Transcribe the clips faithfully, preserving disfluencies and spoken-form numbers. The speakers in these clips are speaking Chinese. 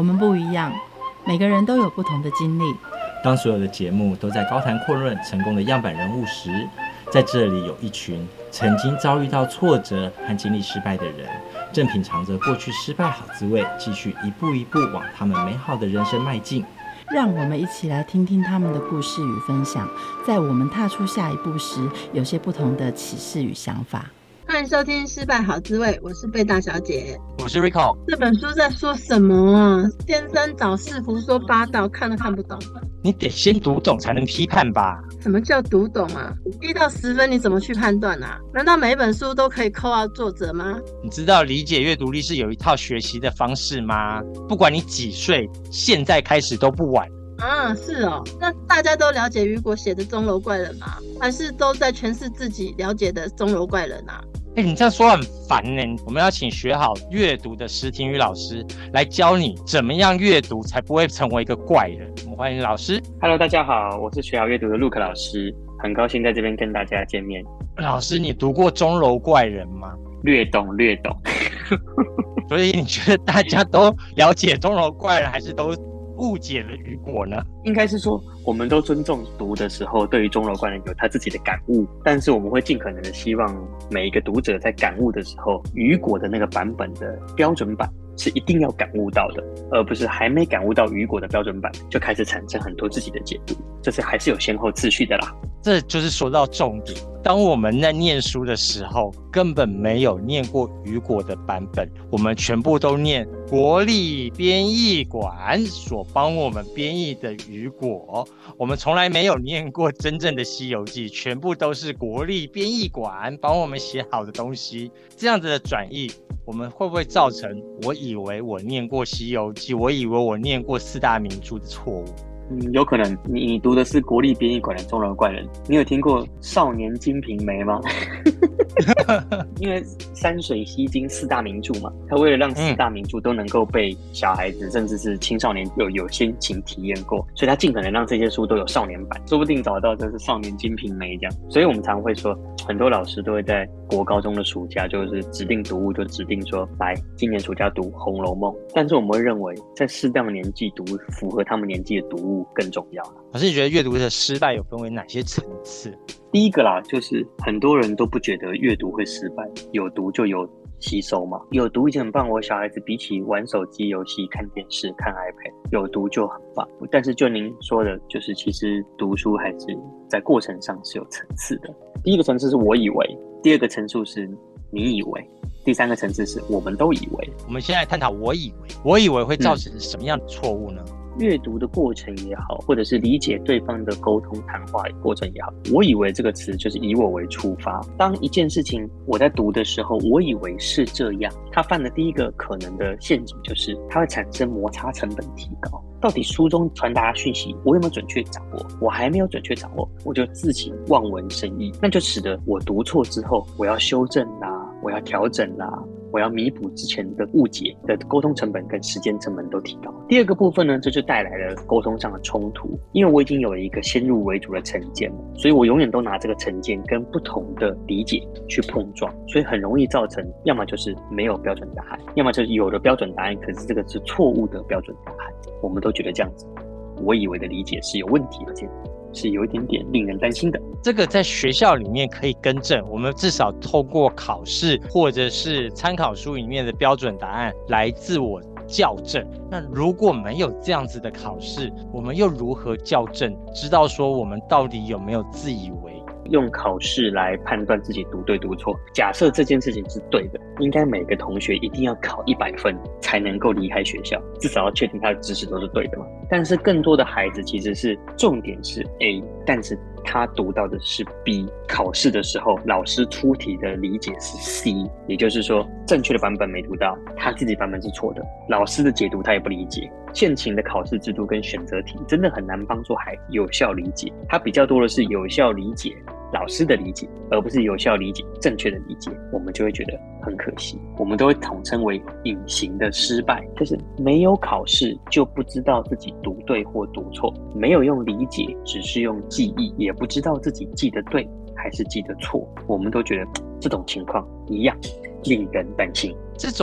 我们不一样，每个人都有不同的经历。 当所有的节目都在高谈阔论成功的样板人物时，在这里有一群曾经遭遇到挫折和经历失败的人，正品尝着过去失败好滋味，继续一步一步往他们美好的人生迈进。 让我们一起来听听他们的故事与分享，在我们踏出下一步时，有些不同的启示与想法。 欢迎收听《失败好滋味》，我是贝大小姐， 我是 Rico。 这本书在说什么啊？天生找事胡说八道，看都看不懂。 你得先读懂才能批判吧？ 什么叫读懂啊？一到十分你怎么去判断啊？难道每一本书都可以扣到作者吗？ 你知道理解阅读力是有一套学习的方式吗？不管你几岁，现在开始都不晚。 啊，是哦。那大家都了解雨果写的钟楼怪人吗？还是都在诠释自己了解的钟楼怪人啊？ 哎、欸，你这样说很烦呢。我们要请学好阅读的石庭宇老师来教你怎么样阅读才不会成为一个怪人。我们欢迎老师。 Hello， 大家好，我是学好阅读的 Luke 老师，很高兴在这边跟大家见面。 老师，你读过钟楼怪人吗？ 略懂略懂。 所以你觉得大家都了解钟楼怪人，还是都误解了雨果呢？ 应该是说我们都尊重读的时候对于钟楼怪人有他自己的感悟，但是我们会尽可能的希望每一个读者在感悟的时候，雨果的那个版本的标准版是一定要感悟到的，而不是还没感悟到雨果的标准版就开始产生很多自己的解读，这是还是有先后次序的啦。 这就是说到重点，当我们在念书的时候根本没有念过雨果的版本，我们全部都念国立编译馆所帮我们编译的雨果，我们从来没有念过真正的西游记，全部都是国立编译馆帮我们写好的东西。这样子的转译，我们会不会造成我以为我念过西游记，我以为我念过四大名著的错误？ 嗯，有可能你你读的是国立编译馆的钟楼怪人，你有听过少年金瓶梅吗？因为山水西经四大名著嘛，他为了让四大名著都能够被小孩子、嗯、甚至是青少年有有先行体验过，所以他尽可能让这些书都有少年版，说不定找到就是少年金瓶梅这样。所以我们常会说，很多老师都会在国高中的暑假就是指定读物，就指定说来今年暑假读《红楼梦》，但是我们会认为在适当的年纪读符合他们年纪的读物更重要。 老师，你觉得阅读的失败有分为哪些层次？ 第一个啦，就是很多人都不觉得阅读会失败，有读就有吸收嘛，有读已经很棒。我小孩子比起玩手机游戏、看电视、看 iPad， 有读就很棒。但是就您说的，就是其实读书还是在过程上是有层次的。第一个层次是我以为，第二个层次是你以为，第三个层次是我们都以为。 我们现在探讨我以为，我以为会造成什么样的错误呢？ 嗯，阅读的过程也好，或者是理解对方的沟通谈话过程也好，我以为这个词就是以我为出发。当一件事情我在读的时候，我以为是这样，他犯的第一个可能的陷阱就是它会产生摩擦成本提高。到底书中传达的讯息我有没有准确掌握？我还没有准确掌握，我就自行望文生义，那就使得我读错之后，我要修正啦，我要调整啦，我要弥补之前的误解的沟通成本跟时间成本都提高。第二个部分呢，这就带来了沟通上的冲突，因为我已经有了一个先入为主的成见，所以我永远都拿这个成见跟不同的理解去碰撞，所以很容易造成要么就是没有标准答案，要么就是有了标准答案，可是这个是错误的标准答案。我们都觉得这样子，我以为的理解是有问题的，是有一点点令人担心的。 这个在学校里面可以更正，我们至少透过考试或者是参考书里面的标准答案来自我校正。那如果没有这样子的考试，我们又如何校正，知道说我们到底有没有自以为？ 用考试来判断自己读对读错，假设这件事情是对的，应该每个同学一定要考一百分才能够离开学校，至少要确定他的知识都是对的嘛。但是更多的孩子其实是重点是 A， 但是他读到的是 B， 考试的时候老师出题的理解是 C， 也就是说正确的版本没读到，他自己版本是错的，老师的解读他也不理解。现行的考试制度跟选择题真的很难帮助孩子有效理解，它比较多的是有效理解老师的理解，而不是有效理解正确的理解，我们就会觉得很可惜。我们都会统称为隐形的失败，就是没有考试就不知道自己读对或读错，没有用理解，只是用记忆，也不知道自己记得对还是记得错。我们都觉得这种情况一样令人担心。 这种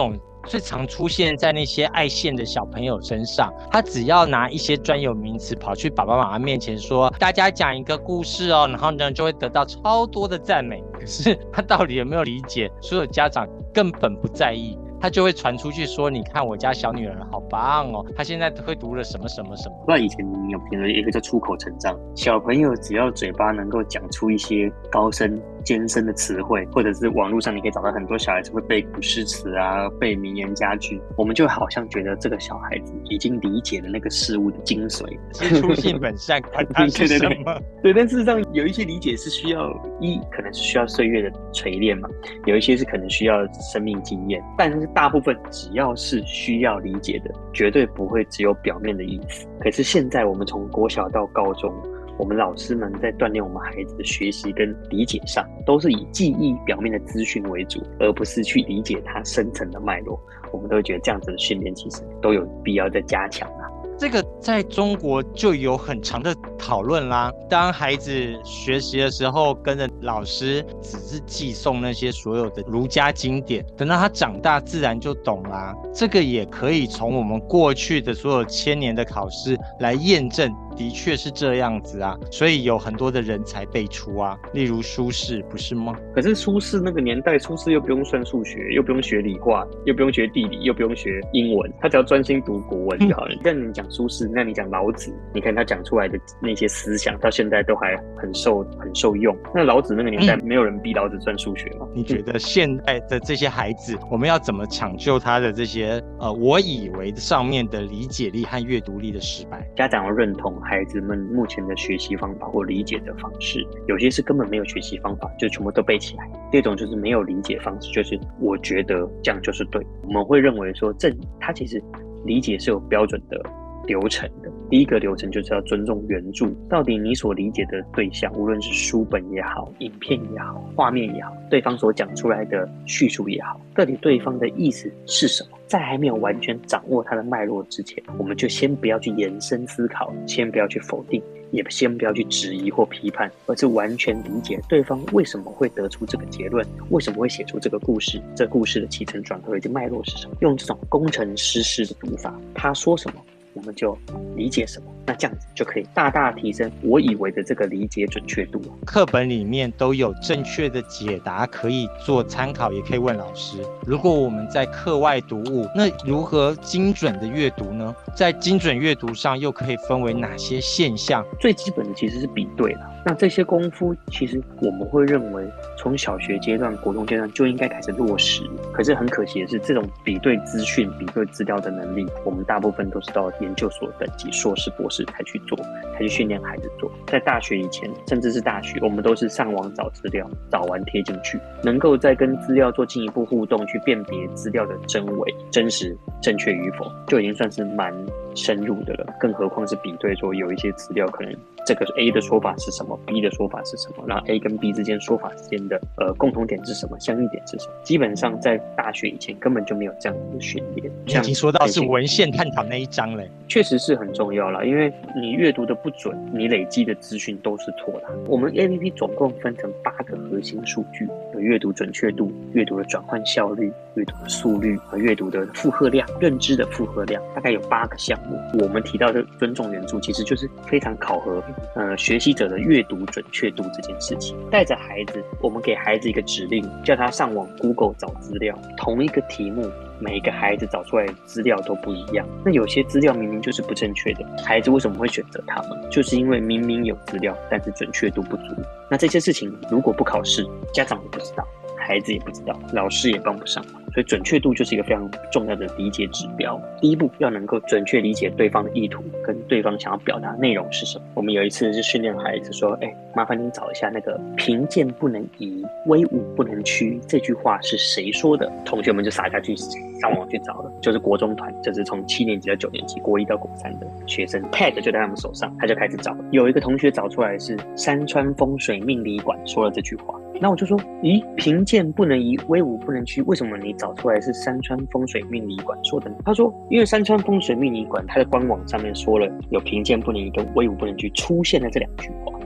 最常出现在那些爱现的小朋友身上。他只要拿一些专有名词跑去爸爸妈妈面前说，大家讲一个故事哦，然后呢就会得到超多的赞美。可是他到底有没有理解？所有家长根本不在意。他就会传出去说，你看我家小女儿好棒哦，她现在会读了什么什么什么。 不知道以前你有听过一个叫出口成章，小朋友只要嘴巴能够讲出一些高深艰深的词汇，或者是网络上你可以找到很多小孩子会背古诗词啊，背名言佳句，我们就好像觉得这个小孩子已经理解了那个事物的精髓， 知出性本善，管他是什么。 对, 对, 对, 对，但事实上有一些理解是需要一可能是需要岁月的锤炼嘛，有一些是可能需要生命经验，但是大部分只要是需要理解的，绝对不会只有表面的意思。可是现在我们从国小到高中，我们老师们在锻炼我们孩子的学习跟理解上，都是以记忆表面的资讯为主，而不是去理解它深层的脉络。我们都会觉得这样子的训练其实都有必要再加强啊。 这个在中国就有很长的讨论啦。当孩子学习的时候，跟着老师只是记诵那些所有的儒家经典，等到他长大自然就懂啦。这个也可以从我们过去的所有千年的考试来验证，的确是这样子啊。所以有很多的人才辈出啊，例如苏轼，不是吗？ 可是苏轼那个年代，苏轼又不用算数学，又不用学理化，又不用学地理，又不用学英文，他只要专心读国文就好了。但你讲苏轼，那你讲老子，你看他讲出来的那些思想，到现在都还很受很受用。那老子那个年代，没有人逼老子算数学吗？ 你觉得现在的这些孩子，我们要怎么抢救他的这些呃，我以为上面的理解力和阅读力的失败？ 家长要认同孩子们目前的学习方法或理解的方式，有些是根本没有学习方法，就全部都背起来；第二种就是没有理解方式，就是我觉得这样就是对。我们会认为说，这他其实理解是有标准的流程的。第一个流程就是要尊重原著，到底你所理解的对象，无论是书本也好，影片也好，画面也好，对方所讲出来的叙述也好，到底对方的意思是什么？在还没有完全掌握它的脉络之前，我们就先不要去延伸思考，先不要去否定，也先不要去质疑或批判，而是完全理解对方为什么会得出这个结论，为什么会写出这个故事，这个故事的起承转合以及脉络是什么。用这种工程师式的读法，他说什么我们就理解什么，那这样子就可以大大提升我以为的这个理解准确度。 课本里面都有正确的解答，可以做参考，也可以问老师。如果我们在课外读物，那如何精准的阅读呢？在精准阅读上又可以分为哪些现象？ 最基本的其实是比对啦。那这些功夫其实我们会认为从小学阶段、国中阶段就应该开始落实，可是很可惜的是，这种比对资讯、比对资料的能力，我们大部分都是到研究所等级、硕士、博士才去做，才去训练孩子做。在大学以前，甚至是大学，我们都是上网找资料，找完贴进去，能够再跟资料做进一步互动，去辨别资料的真伪、真实、正确与否，就已经算是蛮深入的了。更何况是比对，说有一些资料可能这个 A 的说法是什么， B 的说法是什么，然后 A 跟 B 之间说法之间的呃共同点是什么，相异点是什么。基本上在大学以前根本就没有这样的训练。 你已经说到是文献探讨那一章嘞， 确实是很重要啦，因为你阅读的不准，你累积的资讯都是错的。我们 A P P 总共分成八个核心数据，有阅读准确度、阅读的转换效率、阅读的速率和阅读的负荷量、认知的负荷量，大概有八个项目。我们提到的尊重原著，其实就是非常考核呃学习者的阅读准确度这件事情。带着孩子，我们给孩子一个指令，叫他上网 Google 找资料，同一个题目，每一个孩子找出来的资料都不一样。那有些资料明明就是不正确的，孩子为什么会选择它们？就是因为明明有资料，但是准确度不足。那这些事情如果不考试，家长也不知道，孩子也不知道，老师也帮不上忙。所以准确度就是一个非常重要的理解指标。第一步要能够准确理解对方的意图跟对方想要表达内容是什么。我们有一次是训练孩子说，哎，麻烦您找一下那个贫贱不能移，威武不能屈，这句话是谁说的？同学们就撒下去上网去找了，就是国中团，就是从七年级到九年级，国一到国三的学生 ，pad 就在他们手上，他就开始找。有一个同学找出来是山川风水命理馆说了这句话，那我就说，咦，贫贱不能移，威武不能屈，为什么你找出来是山川风水命理馆说的呢？他说，因为山川风水命理馆它的官网上面说了有贫贱不能移跟威武不能屈出现了这两句话。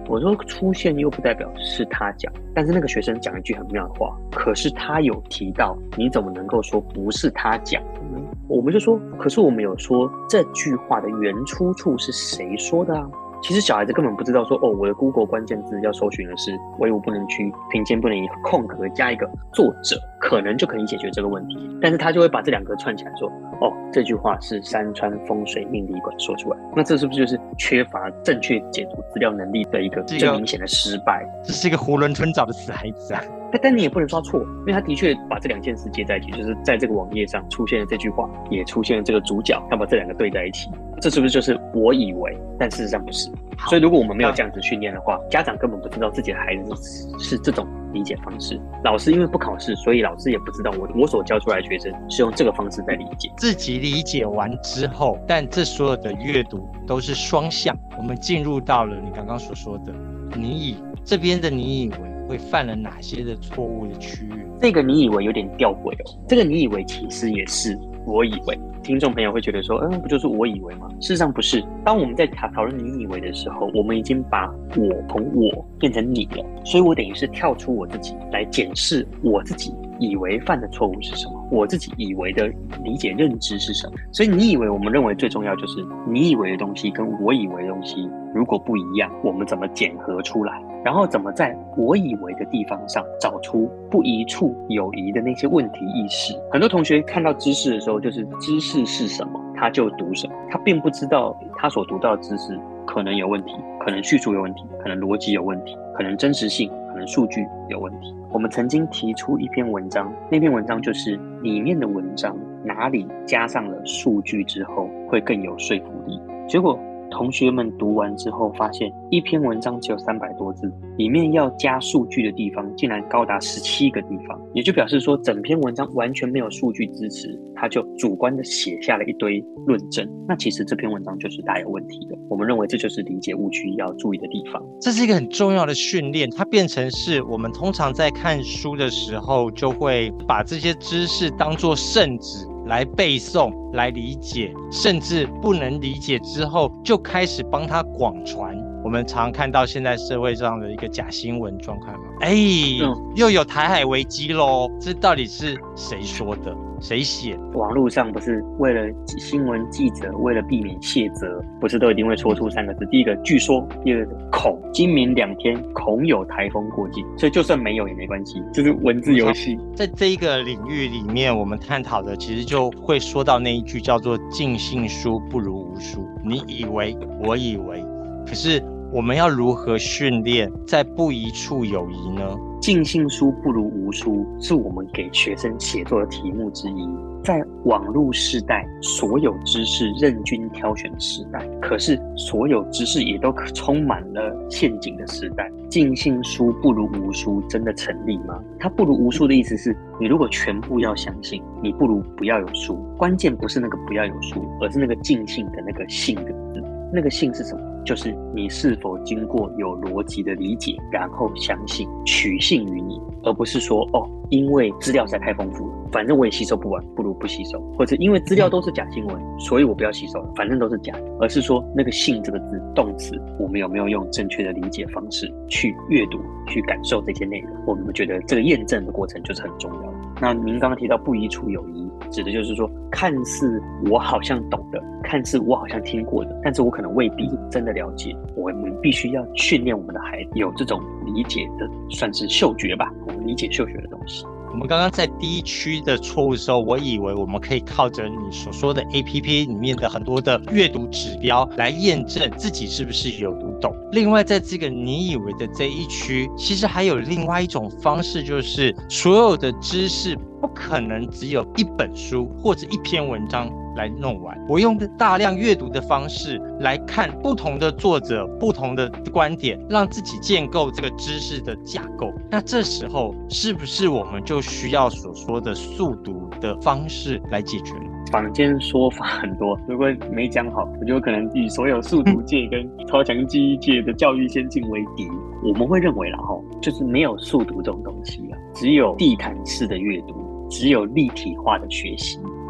我说出现又不代表是他讲，但是那个学生讲一句很妙的话，可是他有提到，你怎么能够说不是他讲呢？我们就说，可是我们有说这句话的原出处是谁说的啊？其实小孩子根本不知道说，哦，我的 Google 关键字要搜寻的是唯物不能区，品鉴不能移，空格加一个作者，可能就可以解决这个问题。但是他就会把这两个串起来说，哦，这句话是山川风水命理馆说出来，那这是不是就是缺乏正确解读资料能力的一个最明显的失败？ 这是一个囫囵吞枣的死孩子啊！ 但但你也不能说错，因为他的确把这两件事接在一起，就是在这个网页上出现了这句话，也出现了这个主角，他把这两个对在一起，这是不是就是我以为，但事实上不是？所以如果我们没有这样子训练的话，家长根本不知道自己的孩子是这种理解方式。老师因为不考试，所以老师也不知道我我所教出来的学生是用这个方式在理解。 自己理解完之后，但这所有的阅读都是双向，我们进入到了你刚刚所说的，你以这边的你以为会犯了哪些的错误的区域？ 这个你以为有点吊诡哦，这个你以为其实也是我以为。听众朋友会觉得说，嗯，不就是我以为吗？事实上不是。当我们在讨论你以为的时候，我们已经把我从我变成你了，所以我等于是跳出我自己来检视我自己以为犯的错误是什么，我自己以为的理解认知是什么。所以你以为，我们认为最重要就是你以为的东西跟我以为的东西如果不一样，我们怎么检核出来，然后怎么在我以为的地方上找出不一处有疑的那些问题意识。很多同学看到知识的时候，就是知识是什么他就读什么，他并不知道他所读到的知识可能有问题，可能叙述有问题，可能逻辑有问题，可能真实性，可能数据有问题。我们曾经提出一篇文章，那篇文章就是里面的文章哪里加上了数据之后会更有说服力，结果同学们读完之后发现，一篇文章只有三百多字，里面要加数据的地方竟然高达十七个地方，也就表示说整篇文章完全没有数据支持，他就主观的写下了一堆论证。那其实这篇文章就是大有问题的，我们认为这就是理解误区要注意的地方。 这是一个很重要的训练，它变成是我们通常在看书的时候就会把这些知识当作圣旨来背诵来理解，甚至不能理解之后就开始帮他广传。我们常看到现在社会上的一个假新闻状况嘛，哎、嗯，又有台海危机咯，这到底是谁说的？谁写？ 网络上不是为了新闻记者为了避免卸责，不是都一定会说出三个字？第一个据说，第二个恐，今明两天恐有台风过境，所以就算没有也没关系，就是文字游戏。 在这一个领域里面，我们探讨的其实就会说到那一句叫做尽信书不如无书。你以为，我以为，可是我们要如何训练在不一处有疑呢？ 尽信书不如无书是我们给学生写作的题目之一。在网络时代，所有知识任君挑选的时代，可是所有知识也都充满了陷阱的时代。尽信书不如无书真的成立吗？它不如无书的意思是，你如果全部要相信，你不如不要有书。关键不是那个不要有书，而是那个尽信的那个信的字。那个信是什么？就是你是否经过有逻辑的理解，然后相信，取信于你，而不是说哦，因为资料实在太丰富了，反正我也吸收不完，不如不吸收，或者因为资料都是假新闻，所以我不要吸收了，反正都是假的。而是说那个信这个字动词，我们有没有用正确的理解方式去阅读、去感受这些内容？我们觉得这个验证的过程就是很重要的。那您刚刚提到不一处有疑，指的就是说，看似我好像懂的，看似我好像听过的，但是我可能未必真的了解。我们必须要训练我们的孩子有这种理解的，算是嗅觉吧，我们理解嗅觉的东西。 我们刚刚在第一区的错误的时候，我以为我们可以靠着你所说的 A P P 里面的很多的阅读指标来验证自己是不是有读懂。另外，在这个你以为的这一区，其实还有另外一种方式，就是所有的知识不可能只有一本书或者一篇文章来弄完，我用大量阅读的方式来看不同的作者、不同的观点，让自己建构这个知识的架构。那这时候是不是我们就需要所说的速读的方式来解决呢？ 坊间说法很多，如果没讲好，我就可能与所有速读界跟超强记忆界的教育先进为敌。我们会认为啦，就是没有速读这种东西啊，只有地毯式的阅读，只有立体化的学习。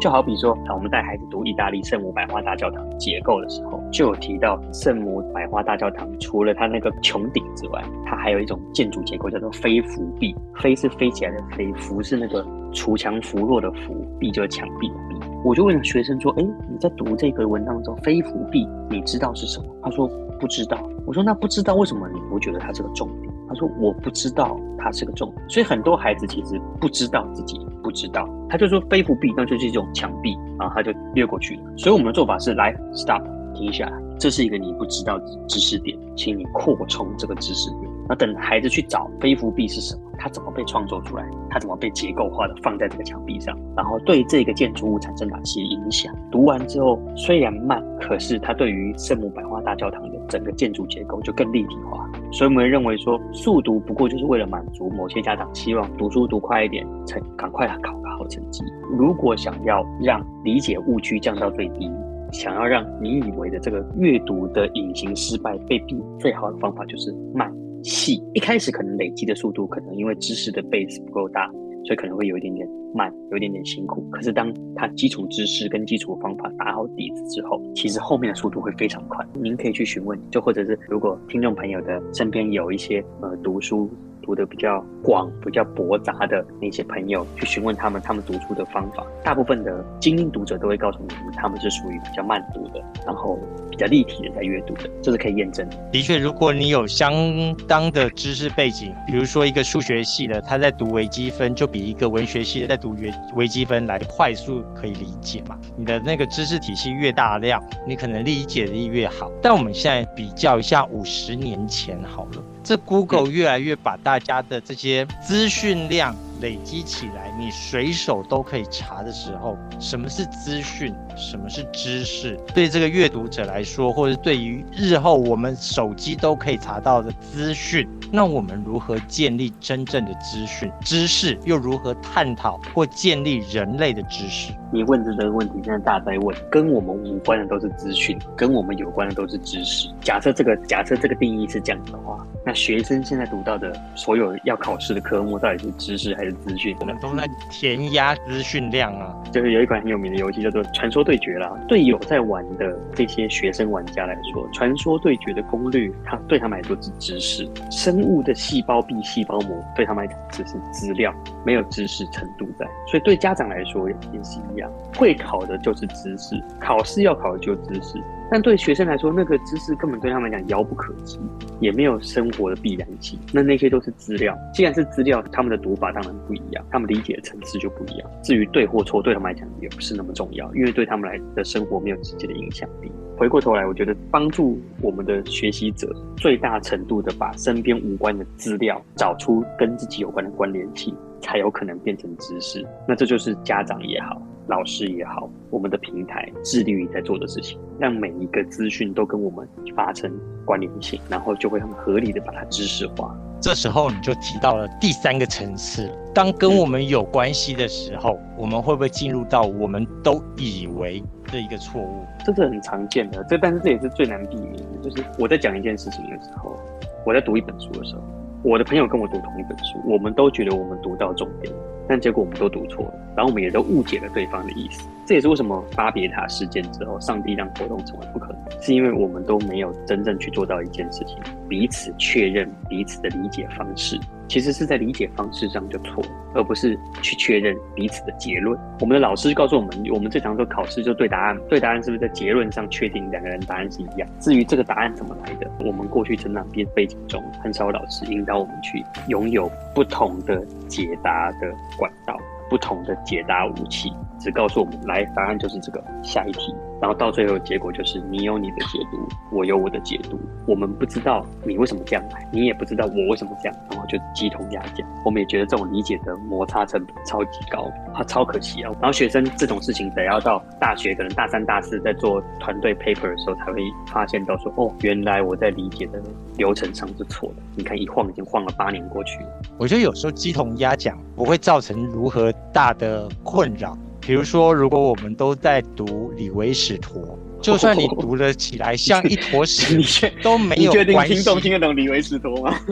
就好比说，我们带孩子读意大利圣母百花大教堂结构的时候，就有提到圣母百花大教堂除了它那个穹顶之外，它还有一种建筑结构叫做飞浮壁。飞是飞起来的飞，浮是那个锄强扶弱的扶，壁就是墙壁的壁。我就问学生说，哎，你在读这个文章中飞浮壁你知道是什么？他说不知道。我说那不知道为什么你不觉得它是个重点？他说我不知道它是个重点。所以很多孩子其实不知道自己不知道，他就说飞浮壁那就是一种墙壁，然后他就略过去了。所以我们的做法是来 stop 停下来，这是一个你不知道的知识点，请你扩充这个知识点。那等孩子去找飞浮壁是什么，它怎么被创作出来，它怎么被结构化的放在这个墙壁上，然后对这个建筑物产生哪些影响。读完之后虽然慢，可是它对于圣母百花大教堂的整个建筑结构就更立体化。所以我们认为说速读不过就是为了满足某些家长希望读书读快一点，赶快考个好成绩。如果想要让理解误区降到最低，想要让你以为的这个阅读的隐形失败被避，最好的方法就是慢细。一开始可能累积的速度可能因为知识的 base 不够大，所以可能会有一点点慢，有一点点辛苦。可是当他基础知识跟基础方法打好底子之后，其实后面的速度会非常快。您可以去询问，就或者是如果听众朋友的身边有一些呃读书读的比较广、比较博杂的那些朋友，去询问他们他们读书的方法。大部分的精英读者都会告诉你们，他们是属于比较慢读的，然后比较立体的在阅读的，这是可以验证的。 的确，如果你有相当的知识背景，比如说一个数学系的，他在读微积分，就比一个文学系的在读微积分来的快速可以理解嘛。你的那个知识体系越大量，你可能理解力越好。但我们现在比较一下五十年前好了，这 Google 越来越把大家的这些资讯量累积起来，你随手都可以查的时候，什么是资讯，什么是知识，对这个阅读者来说，或者对于日后我们手机都可以查到的资讯，那我们如何建立真正的资讯知识，又如何探讨或建立人类的知识？ 你问这个问题，现在大家在问，跟我们无关的都是资讯，跟我们有关的都是知识。假设这个假设这个定义是这样的话，那学生现在读到的所有要考试的科目，到底是知识还是资讯？ 我们都在填压资讯量啊。 就是有一款很有名的游戏叫做《传说对决》啦，对有在玩的这些学生玩家来说，《传说对决》的攻略，它对他们来说是知识；生物的细胞壁、细胞膜，对他们来讲只是资料，没有知识程度在。所以对家长来说也是一样，会考的就是知识，考试要考的就是知识。但对学生来说，那个知识根本对他们来讲遥不可及，也没有生活的必然性。那那些都是资料，既然是资料，他们的读法当然不一样，他们理解的层次就不一样。至于对或错，对他们来讲也不是那么重要，因为对他们来的生活没有直接的影响力。回过头来，我觉得帮助我们的学习者最大程度的把身边无关的资料找出跟自己有关的关联性，才有可能变成知识。那这就是家长也好，老师也好，我们的平台致力于在做的事情，让每一个资讯都跟我们发生关联性，然后就会很合理的把它知识化。 这时候你就提到了第三个层次，当跟我们有关系的时候，我们会不会进入到我们都以为的一个错误？ 这是很常见的，这但是这也是最难避免的。就是我在讲一件事情的时候，我在读一本书的时候，我的朋友跟我读同一本书，我们都觉得我们读到重点，但结果我们都读错了，然后我们也都误解了对方的意思。这也是为什么巴别塔事件之后，上帝让活动成为不可能，是因为我们都没有真正去做到一件事情，彼此确认彼此的理解方式。其实是在理解方式上就错了，而不是去确认彼此的结论。我们的老师告诉我们，我们最常说考试就对答案，对答案是不是在结论上确定两个人答案是一样？至于这个答案怎么来的，我们过去成长背景中很少老师引导我们去拥有不同的解答的管道，不同的解答武器，只告诉我们来答案就是这个，下一题，然后到最后结果就是你有你的解读，我有我的解读，我们不知道你为什么这样来，你也不知道我为什么这样，然后就鸡同鸭讲。我们也觉得这种理解的摩擦成本超级高，啊，超可惜啊。然后学生这种事情得要到大学，可能大三大四在做团队 paper 的时候才会发现到说，哦，原来我在理解的流程上是错的。你看一晃已经晃了八年过去了。 我觉得有时候鸡同鸭讲不会造成如何大的困扰。比如说，如果我们都在读李维史陀，就算你读得起来像一坨屎，都没有关系。 你确定听众听得懂李维史陀吗？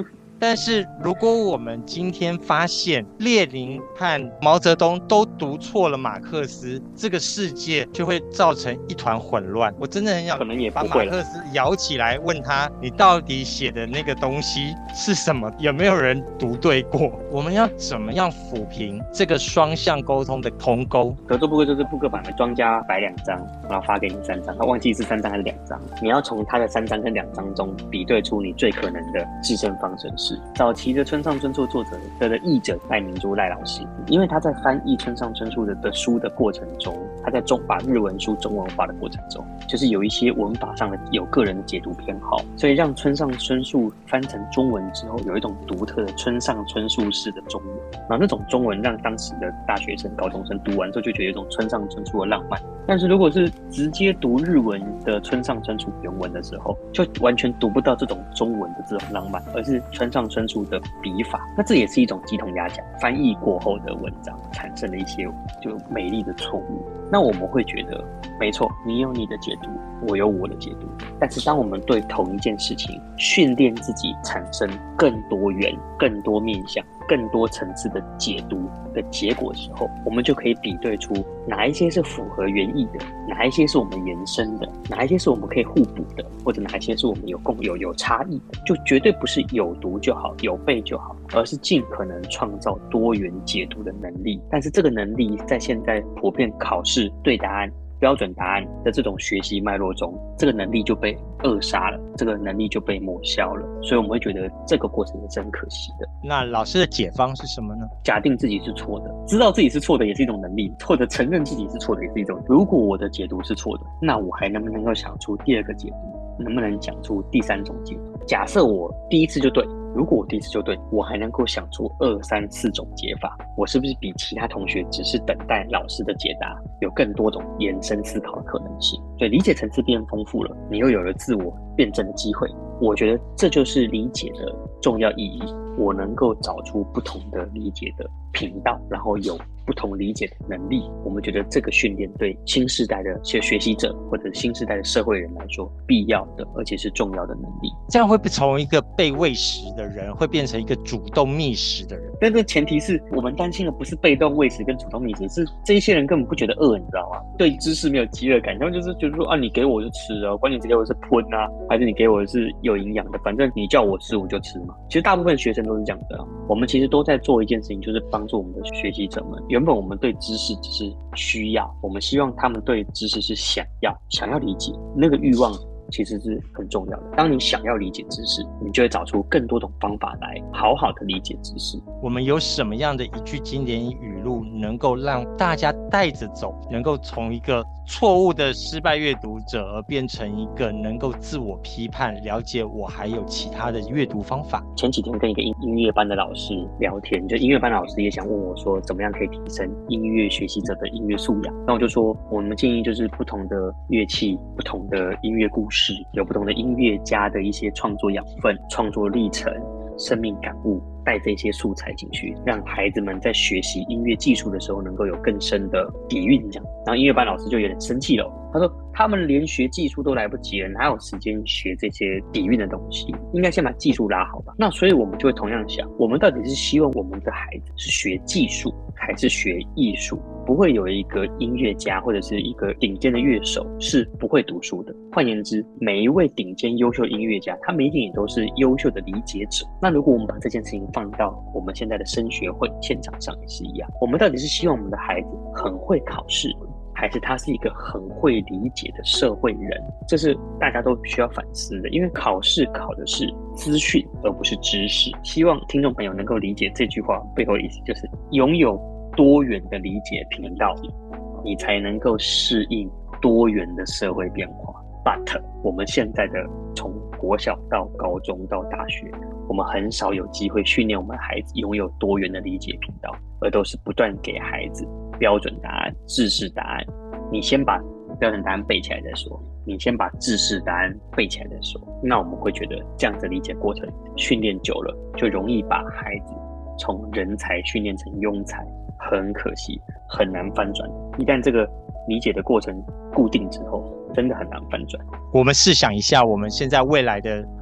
但是如果我们今天发现列宁和毛泽东都读错了马克思，这个世界就会造成一团混乱。我真的很想可能也不把会了马克思摇起来问他，你到底写的那个东西是什么？有没有人读对过？我们要怎么样抚平这个双向沟通的鸿沟？ 合作部会就是扑克版的庄家摆两张，然后发给你三张，他忘记是三张还是两张，你要从他的三张跟两张中比对出你最可能的制胜方程式。早期的村上春树作者的的译者赖明珠赖老师，因为他在翻译村上春树 的, 的书的过程中，他在中把日文书中文化的过程中，就是有一些文法上的有个人的解读偏好，所以让村上春树翻成中文之后，有一种独特的村上春树式的中文，然后那种中文让当时的大学生、高中生读完之后就觉得有一种村上春树的浪漫。但是如果是直接读日文的村上春树原文的时候，就完全读不到这种中文的这种浪漫，而是村上春树的笔法。那这也是一种鸡同鸭讲，翻译过后的文章产生了一些就美丽的错误。那我们会觉得，没错，你有你的解读，我有我的解读。但是当我们对同一件事情训练自己产生更多元、更多面向、更多层次的解读的结果的时候，我们就可以比对出哪一些是符合原意的，哪一些是我们延伸的，哪一些是我们可以互补的，或者哪一些是我们有共有有差异的。就绝对不是有读就好，有背就好，而是尽可能创造多元解读的能力。但是这个能力在现在普遍考试对答案、标准答案的这种学习脉络中，这个能力就被扼杀了，这个能力就被抹消了。所以我们会觉得这个过程是真可惜的。 那老师的解方是什么呢？ 假定自己是错的，知道自己是错的也是一种能力，或者承认自己是错的也是一种。如果我的解读是错的，那我还能不能够想出第二个解读？能不能讲出第三种解读？假设我第一次就对，如果我第一次就对，我还能够想出二三四种解法，我是不是比其他同学只是等待老师的解答有更多种延伸思考的可能性？所以理解层次变丰富了，你又有了自我辩证的机会。我觉得这就是理解的重要意义。我能够找出不同的理解的频道，然后有不同理解的能力。我们觉得这个训练对新世代的学习者或者新世代的社会人来说必要的，而且是重要的能力。 这样会不会从一个被喂食的人会变成一个主动觅食的人？ 但这前提是我们担心的不是被动喂食跟主动觅食，是这一些人根本不觉得饿，你知道吗？对知识没有饥饿感，他们就是觉得说啊，你给我就吃啊，管你给我是喷啊，还是你给我的是有营养的，反正你叫我吃我就吃嘛。其实大部分学生都是这样的啊。我们其实都在做一件事情，就是帮助我们的学习者们。原本我们对知识只是需要，我们希望他们对知识是想要，想要理解，那个欲望其实是很重要的。当你想要理解知识，你就会找出更多种方法来好好的理解知识。 我们有什么样的一句经典语录能够让大家带着走，能够从一个错误的失败阅读者而变成一个能够自我批判，了解我还有其他的阅读方法？ 前几天跟一个音音乐班的老师聊天，就音乐班老师也想问我说，怎么样可以提升音乐学习者的音乐素养？那我就说，我们建议就是不同的乐器、不同的音乐故事，有不同的音乐家的一些创作养分、创作历程、生命感悟，带这些素材进去，让孩子们在学习音乐技术的时候能够有更深的底蕴。这样，然后音乐班老师就有点生气了，他说他们连学技术都来不及了，哪有时间学这些底蕴的东西？应该先把技术拉好吧。那所以我们就会同样想，我们到底是希望我们的孩子是学技术还是学艺术？不会有一个音乐家或者是一个顶尖的乐手是不会读书的。换言之，每一位顶尖优秀音乐家，他们一定也都是优秀的理解者。那如果我们把这件事情放到我们现在的升学会现场上也是一样，我们到底是希望我们的孩子很会考试，还是他是一个很会理解的社会人？这是大家都需要反思的，因为考试考的是资讯而不是知识。希望听众朋友能够理解这句话背后的意思，就是拥有多元的理解频道，你才能够适应多元的社会变化。But 我们现在的从国小到高中到大学，我们很少有机会训练我们孩子拥有多元的理解频道，而都是不断给孩子标准答案、制式答案。你先把标准答案背起来再说，你先把制式答案背起来再说。那我们会觉得这样的理解过程训练久了，就容易把孩子从人才训练成庸才，很可惜，很难翻转。一旦这个理解的过程固定之后，真的很难翻转。 我们试想一下，我们现在未来的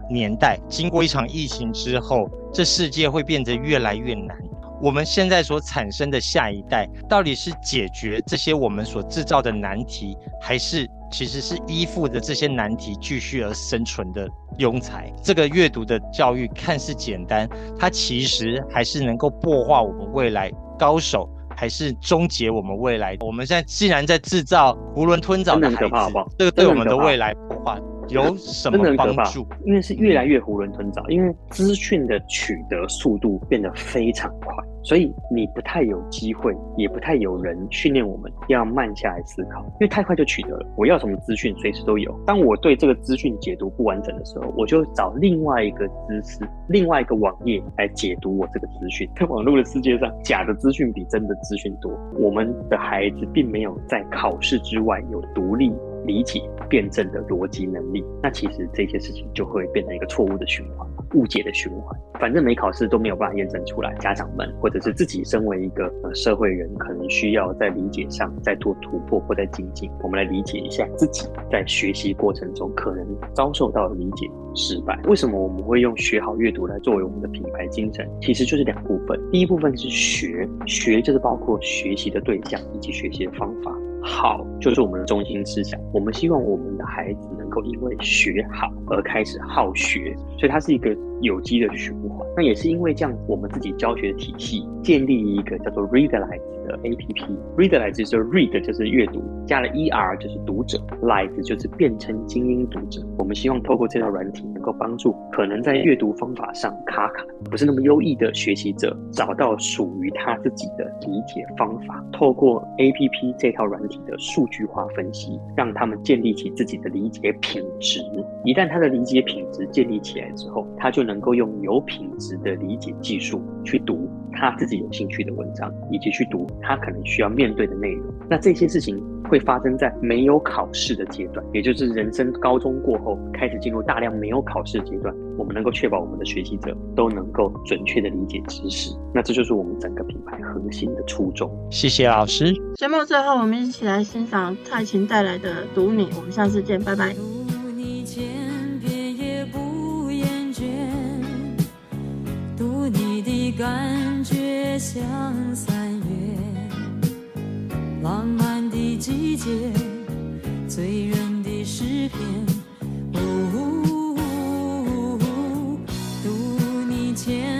年代，经过一场疫情之后，这世界会变得越来越难。我们现在所产生的下一代，到底是解决这些我们所制造的难题，还是其实是依附着这些难题继续而生存的庸才？这个阅读的教育看似简单，它其实还是能够擘画我们未来高手，还是终结我们未来？我们现在既然在制造囫囵吞枣的孩子，好不好？这个对我们的未来擘画有什么帮助？ 因为是越来越囫囵吞枣，因为资讯的取得速度变得非常快，所以你不太有机会，也不太有人训练我们要慢下来思考，因为太快就取得了。我要什么资讯随时都有，当我对这个资讯解读不完整的时候，我就找另外一个知识、另外一个网页来解读我这个资讯。在网络的世界上，假的资讯比真的资讯多。我们的孩子并没有在考试之外有独立理解辩证的逻辑能力，那其实这些事情就会变成一个错误的循环，误解的循环。反正没考试都没有办法验证出来，家长们或者是自己身为一个、呃、社会人，可能需要在理解上再做突破或再精进。我们来理解一下自己在学习过程中可能遭受到的理解失败。为什么我们会用学好阅读来作为我们的品牌精神？其实就是两部分，第一部分是学，学就是包括学习的对象以及学习的方法。好就是我们的中心思想，我们希望我们的孩子能够因为学好而开始好学，所以它是一个有机的循环。那也是因为这样，我们自己教学的体系建立一个叫做 Readalize 的 A P P。Readalize 就是 read 就是阅读，加了 E R 就是读者， Lize 就是变成精英读者。我们希望透过这套软体能够帮助可能在阅读方法上卡卡不是那么优异的学习者，找到属于他自己的理解方法，透过 A P P 这套软体的数据化分析，让他们建立起自己的理解品质。一旦他的理解品质建立起来之后，他就能够用有品质的理解技术去读他自己有兴趣的文章，以及去读他可能需要面对的内容。那这些事情会发生在没有考试的阶段，也就是人生高中过后开始进入大量没有考试的阶段，我们能够确保我们的学习者都能够准确的理解知识。那这就是我们整个品牌核心的初衷。 谢谢老师。 节目最后我们一起来欣赏蔡琴带来的读你，我们下次见，拜拜。 读你千遍也不厌倦，读你的感觉像三月浪漫的季节，醉人的诗篇，哦，读你千